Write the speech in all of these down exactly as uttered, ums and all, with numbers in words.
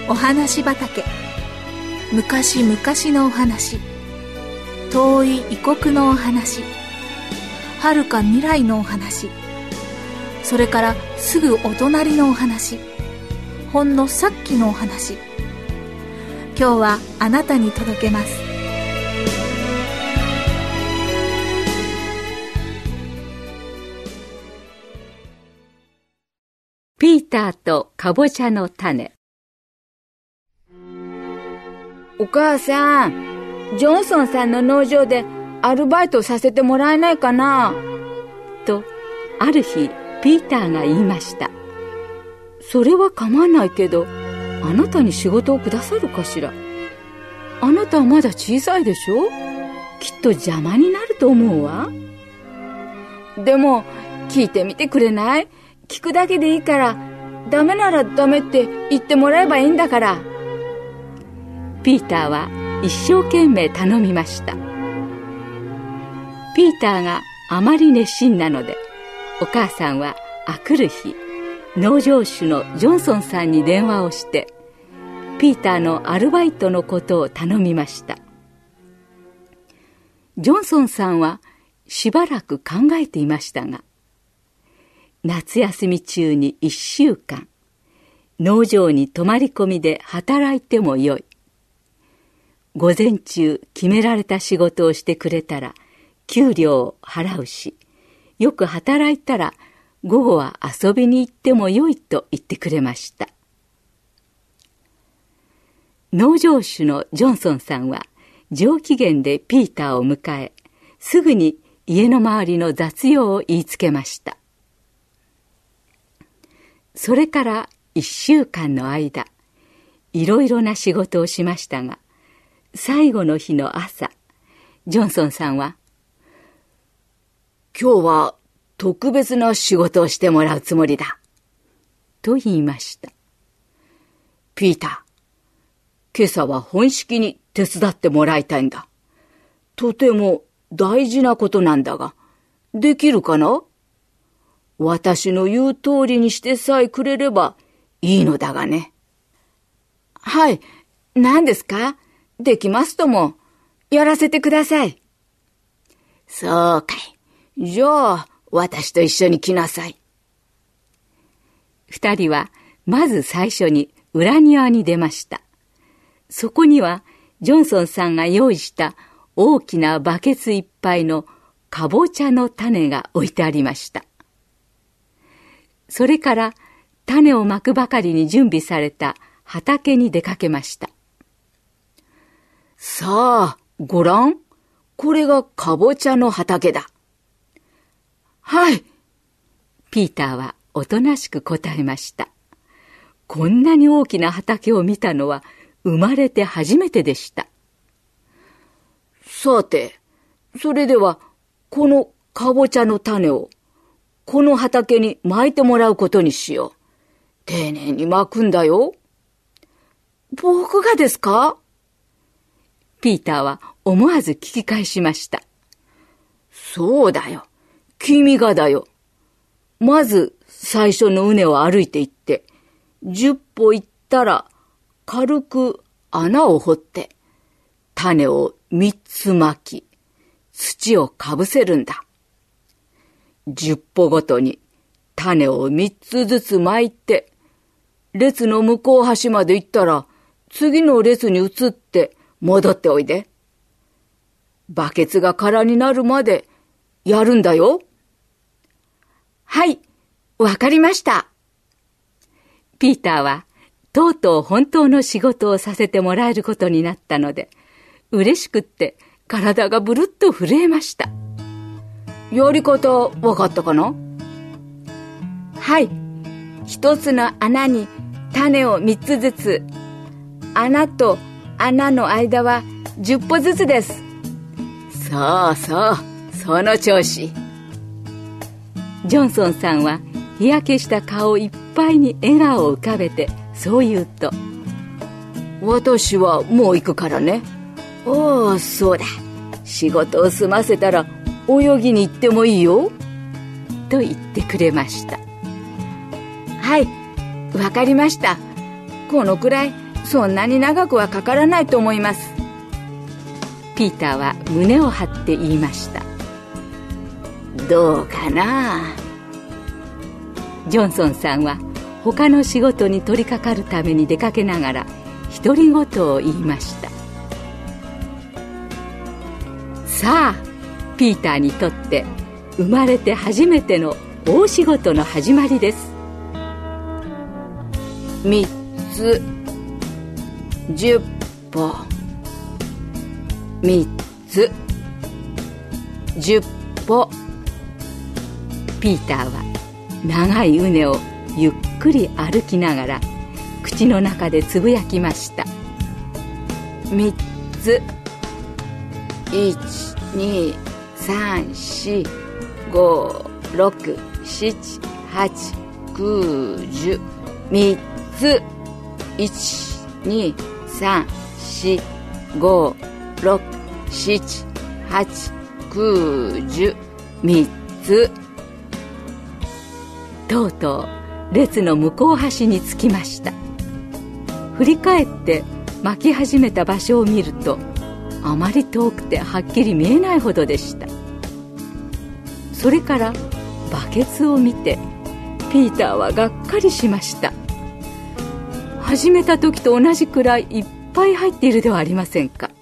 お話畑。昔々のお話、遠い異国のお話、遥か未来のお話、それからすぐお隣のお話、ほんのさっきのお話。今日はあなたに届けます。 ピーターとかぼちゃの種。 お母さん、ジョンソンさんの農場でアルバイトさせてもらえないかな？ と、ある日、ピーターが言いました。 それは構わないけど、あなたに仕事をくださるかしら？あなたはまだ小さいでしょ？きっと邪魔になると思うわ。でも、聞いてみてくれない？聞くだけでいいから、ダメならダメって言ってもらえばいいんだから。 ピーターは一生懸命頼みました。ピーターがあまり熱心なので、お母さんはあくる日、農場主のジョンソンさんに電話をして、ピーターのアルバイトのことを頼みました。ジョンソンさんはしばらく考えていましたが、夏休み中に一週間、農場に泊まり込みで働いてもよい。午前中決められた仕事をしてくれたら給料を払うし、よく働いたら午後は遊びに行ってもよいと言ってくれました。農場主のジョンソンさんは上機嫌でピーターを迎え、すぐに家の周りの雑用を言いつけました。それから一週間の間、いろいろな仕事をしましたが、最後の日の朝、ジョンソンさんは、 今日は特別な仕事をしてもらうつもりだ、 と言いました。 ピーター、今朝は本式に手伝ってもらいたいんだ。とても大事なことなんだが、できるかな？私の言う通りにしてさえくれればいいのだがね。はい、何ですか？できますとも、やらせてください。そうかい。じゃあ、私と一緒に来なさい。 二人は、まず最初に裏庭に出ました。そこには、ジョンソンさんが用意した大きなバケツいっぱいのかぼちゃの種が置いてありました。それから、種をまくばかりに準備された畑に出かけました。 さあ、ごらん。これがかぼちゃの畑だ。はい。 ピーターはおとなしく答えました。こんなに大きな畑を見たのは生まれて初めてでした。 さて、それでは、このかぼちゃの種を、この畑にまいてもらうことにしよう。丁寧にまくんだよ。僕がですか？ ピーターは思わず聞き返しました。 そうだよ。君がだよ。まず最初の畝を歩いて行って、十歩行ったら軽く穴を掘って、種を三つ巻き、土をかぶせるんだ。十歩ごとに種を三つずつ巻いて、列の向こう端まで行ったら、次の列に移って戻っておいで。バケツが空になるまでやるんだよ。 はい、わかりました。ピーターはとうとう本当の仕事をさせてもらえることになったので、嬉しくって体がブルッと震えました。 やり方わかったかな？ はい。一つの穴に種を三つずつ。穴と穴の間は十歩ずつです。 そうそう、その調子。 ジョンソンさんは日焼けした顔いっぱいに笑顔を浮かべてそう言うと、 私はもう行くからね。おお、そうだ。仕事を済ませたら泳ぎに行ってもいいよ。 と言ってくれました。 はい、わかりました。このくらいそんなに長くはかからないと思います。 ピーターは胸を張って言いました。 どうかな。 ジョンソンさんは他の仕事に取り掛かるために出かけながら独り言を言いました。さあ、ピーターにとって生まれて初めての大仕事の始まりです。 みっつ、じゅっぽ、みっつ、じゅっぽ。 ピーターは長い畝をゆっくり歩きながら口の中でつぶやきました。 みっつ、いち、に、さん、し、ご、ろく、しち、はち、く、じゅう。みっつ、いち、に、さん、し、ご、ろく、しち、はち、く、じゅう。みっつ。 とうとう列の向こう端に着きました。振り返って巻き始めた場所を見ると、あまり遠くてはっきり見えないほどでした。それからバケツを見てピーターはがっかりしました。始めた時と同じくらいいっぱい入っているではありませんか。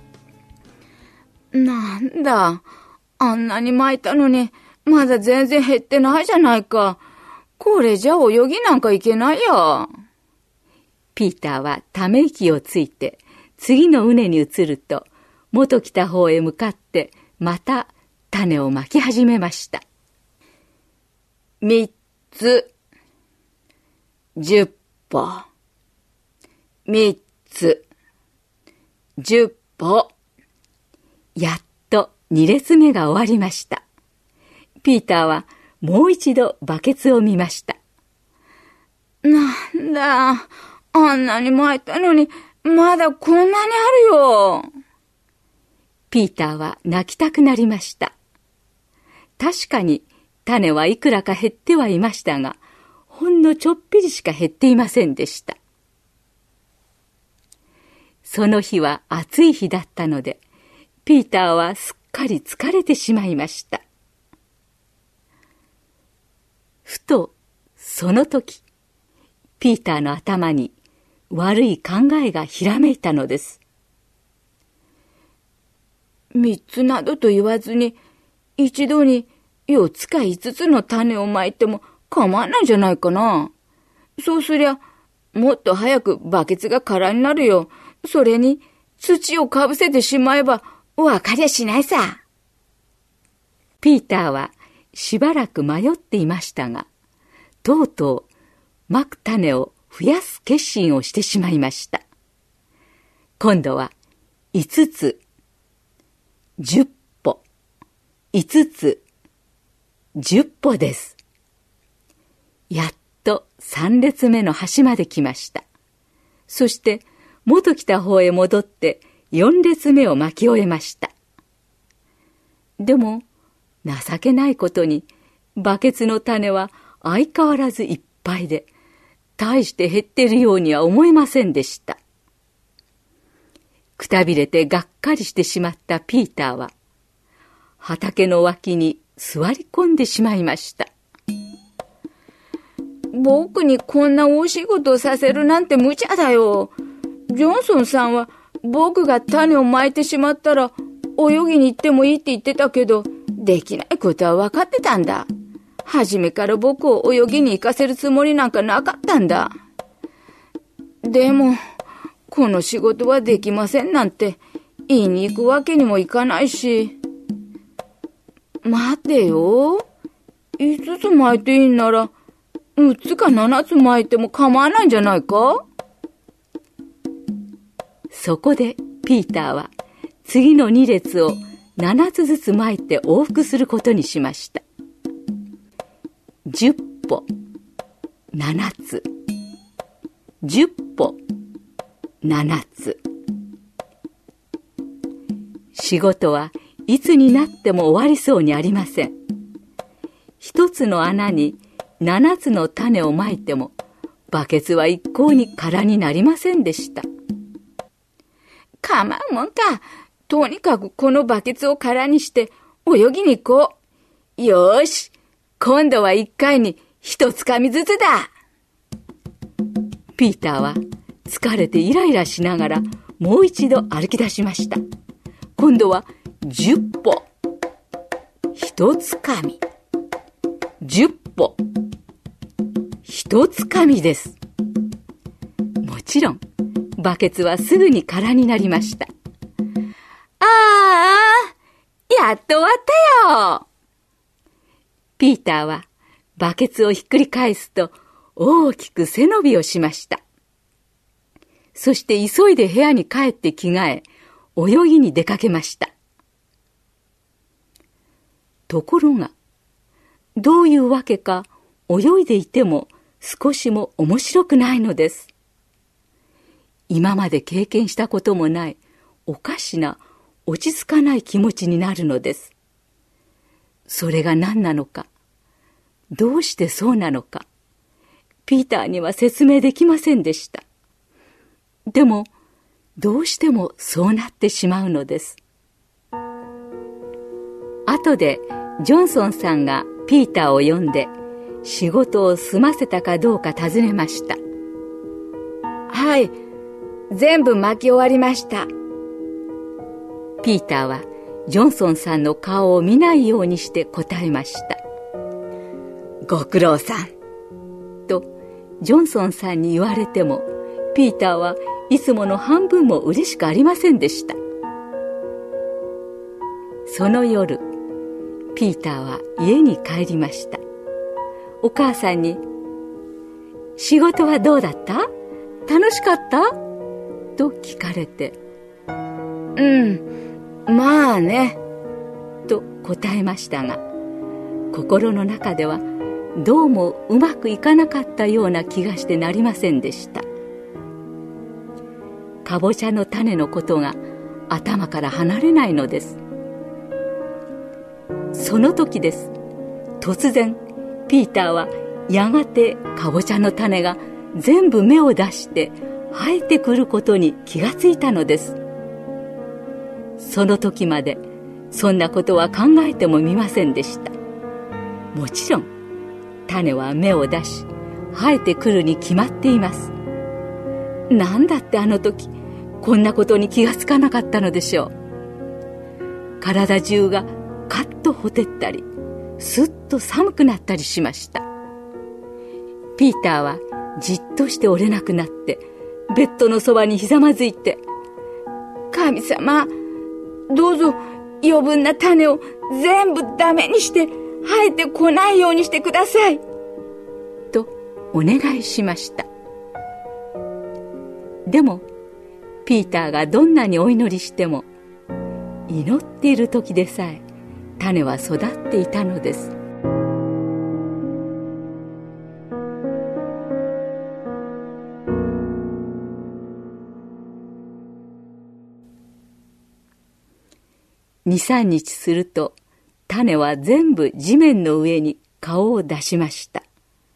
なんだ、あんなに巻いたのにまだ全然減ってないじゃないか。これじゃ泳ぎなんかいけないや。 ピーターはため息をついて次の畝に移ると、元来た方へ向かってまた種をまき始めました。 みっつ、じゅっぽ、みっつ、じゅっぽ。 やっとに列目が終わりました。ピーターはもう一度バケツを見ました。 なんだ、あんなに巻いたのにまだこんなにあるよ。 ピーターは泣きたくなりました。確かに種はいくらか減ってはいましたが、ほんのちょっぴりしか減っていませんでした。その日は暑い日だったので、ピーターはすっかり疲れてしまいました。ふとその時、ピーターの頭に悪い考えがひらめいたのです。 三つなどと言わずに、一度に四つか五つの種をまいても構わないんじゃないかな。そうすりゃ、もっと早くバケツが空になるよ。それに土をかぶせてしまえばわかりゃしないさ。 ピーターはしばらく迷っていましたが、とうとうまく種を増やす決心をしてしまいました。今度は五つ、十歩、五つ、十歩です。やっと三列目の端まで来ました。そして元来た方へ戻って四列目を巻き終えました。でも情けないことにバケツの種は相変わらずいっぱいで、大して減っているようには思えませんでした。くたびれてがっかりしてしまったピーターは畑の脇に座り込んでしまいました。 僕にこんな大仕事をさせるなんて無茶だよ。ジョンソンさんは僕が種をまいてしまったら泳ぎに行ってもいいって言ってたけど、できないことは分かってたんだ。初めから僕を泳ぎに行かせるつもりなんかなかったんだ。でもこの仕事はできませんなんて言いに行くわけにもいかないし。待てよ。五つ巻いていいんなら六つか七つ巻いても構わないんじゃないか。 そこでピーターは次の二列を七つずつ巻いて往復することにしました。十歩、七つ、十歩、七つ。仕事はいつになっても終わりそうにありません。一つの穴に七つの種をまいてもバケツは一向に空になりませんでした。 構うもんか。とにかくこのバケツを空にして泳ぎに行こう。よーし、今度は一回に一つかみずつだ。 ピーターは疲れてイライラしながらもう一度歩き出しました。今度はじゅっぽ。一つかみ。じゅっぽ。一つかみです。もちろん、バケツはすぐに空になりました。 ああ、やっと終わったよ。 ピーターはバケツをひっくり返すと大きく背伸びをしました。そして急いで部屋に帰って着替え、泳ぎに出かけました。ところが、どういうわけか泳いでいても少しも面白くないのです。今まで経験したこともないおかしな落ち着かない気持ちになるのです。それが何なのか、どうしてそうなのか、ピーターには説明できませんでした。でも、どうしてもそうなってしまうのです。後でジョンソンさんがピーターを呼んで仕事を済ませたかどうか尋ねました。 はい、全部巻き終わりました。 ピーターはジョンソンさんの顔を見ないようにして答えました。 ご苦労さん。 とジョンソンさんに言われても、ピーターはいつもの半分も嬉しくありませんでした。その夜、ピーターは家に帰りました。お母さんに、仕事はどうだった？楽しかった？と聞かれて、 うん、まあね、 と答えましたが、心の中ではどうもうまくいかなかったような気がしてなりませんでした。かぼちゃの種のことが頭から離れないのです。その時です。突然ピーターはやがてかぼちゃの種が全部芽を出して生えてくることに気がついたのです。その時までそんなことは考えてもみませんでした。もちろん種は芽を出し生えてくるに決まっています。なんだってあの時こんなことに気がつかなかったのでしょう。体中がカッとほてったり、すっと寒くなったりしました。ピーターはじっとして折れなくなってベッドのそばにひざまずいて、 神様、どうぞ余分な種を全部ダメにして生えてこないようにしてくださいとお願いしました。でもピーターがどんなにお祈りしても、祈っている時でさえ種は育っていたのです。二三日すると種は全部地面の上に顔を出しました。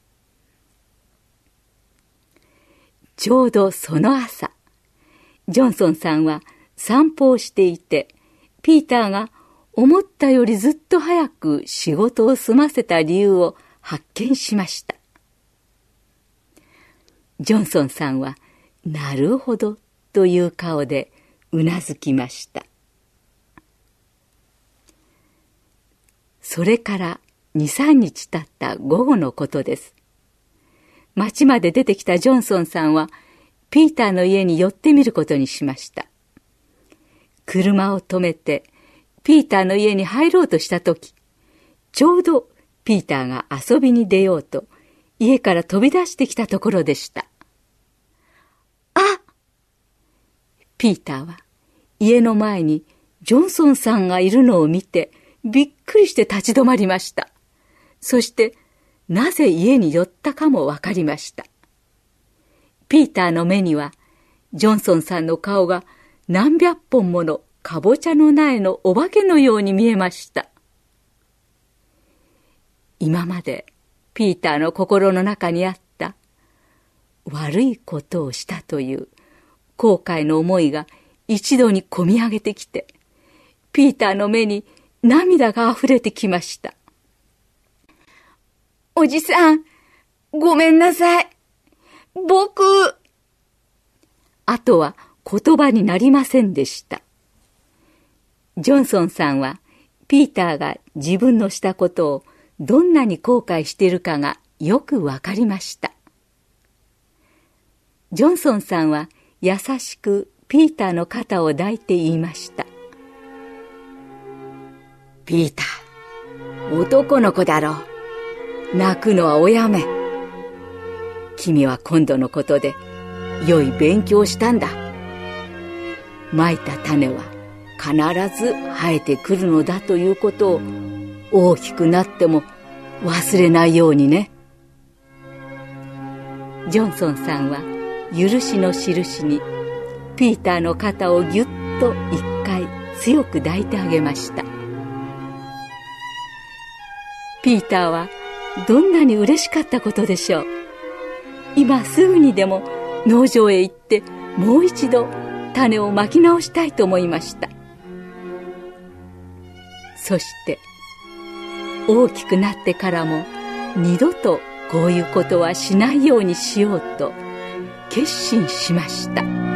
ちょうどその朝、ジョンソンさんは散歩をしていて、ピーターが思ったよりずっと早く仕事を済ませた理由を発見しました。ジョンソンさんは、なるほどという顔でうなずきました。それから二三日経った午後のことです。町まで出てきたジョンソンさんは、ピーターの家に寄ってみることにしました。車を止めて、ピーターの家に入ろうとしたとき、ちょうどピーターが遊びに出ようと、家から飛び出してきたところでした。あ！ピーターは家の前にジョンソンさんがいるのを見て、びっくりして立ち止まりました。そして、なぜ家に寄ったかもわかりました。ピーターの目には、ジョンソンさんの顔が何百本ものかぼちゃの苗のお化けのように見えました。今までピーターの心の中にあった、 悪いことをしたという後悔の思いが一度にこみ上げてきて、ピーターの目に涙があふれてきました。 おじさん、ごめんなさい。僕。 あとは言葉になりませんでした。ジョンソンさんはピーターが自分のしたことをどんなに後悔しているかがよくわかりました。ジョンソンさんは優しくピーターの肩を抱いて言いました。 ピーター、男の子だろう。泣くのはおやめ。君は今度のことで良い勉強をしたんだ。まいた種は必ず生えてくるのだということを大きくなっても忘れないようにね。 ジョンソンさんは許しの印にピーターの肩をぎゅっと一回強く抱いてあげました。ピーターはどんなに嬉しかったことでしょう。今すぐにでも農場へ行ってもう一度種をまき直したいと思いました。そして大きくなってからも二度とこういうことはしないようにしようと決心しました。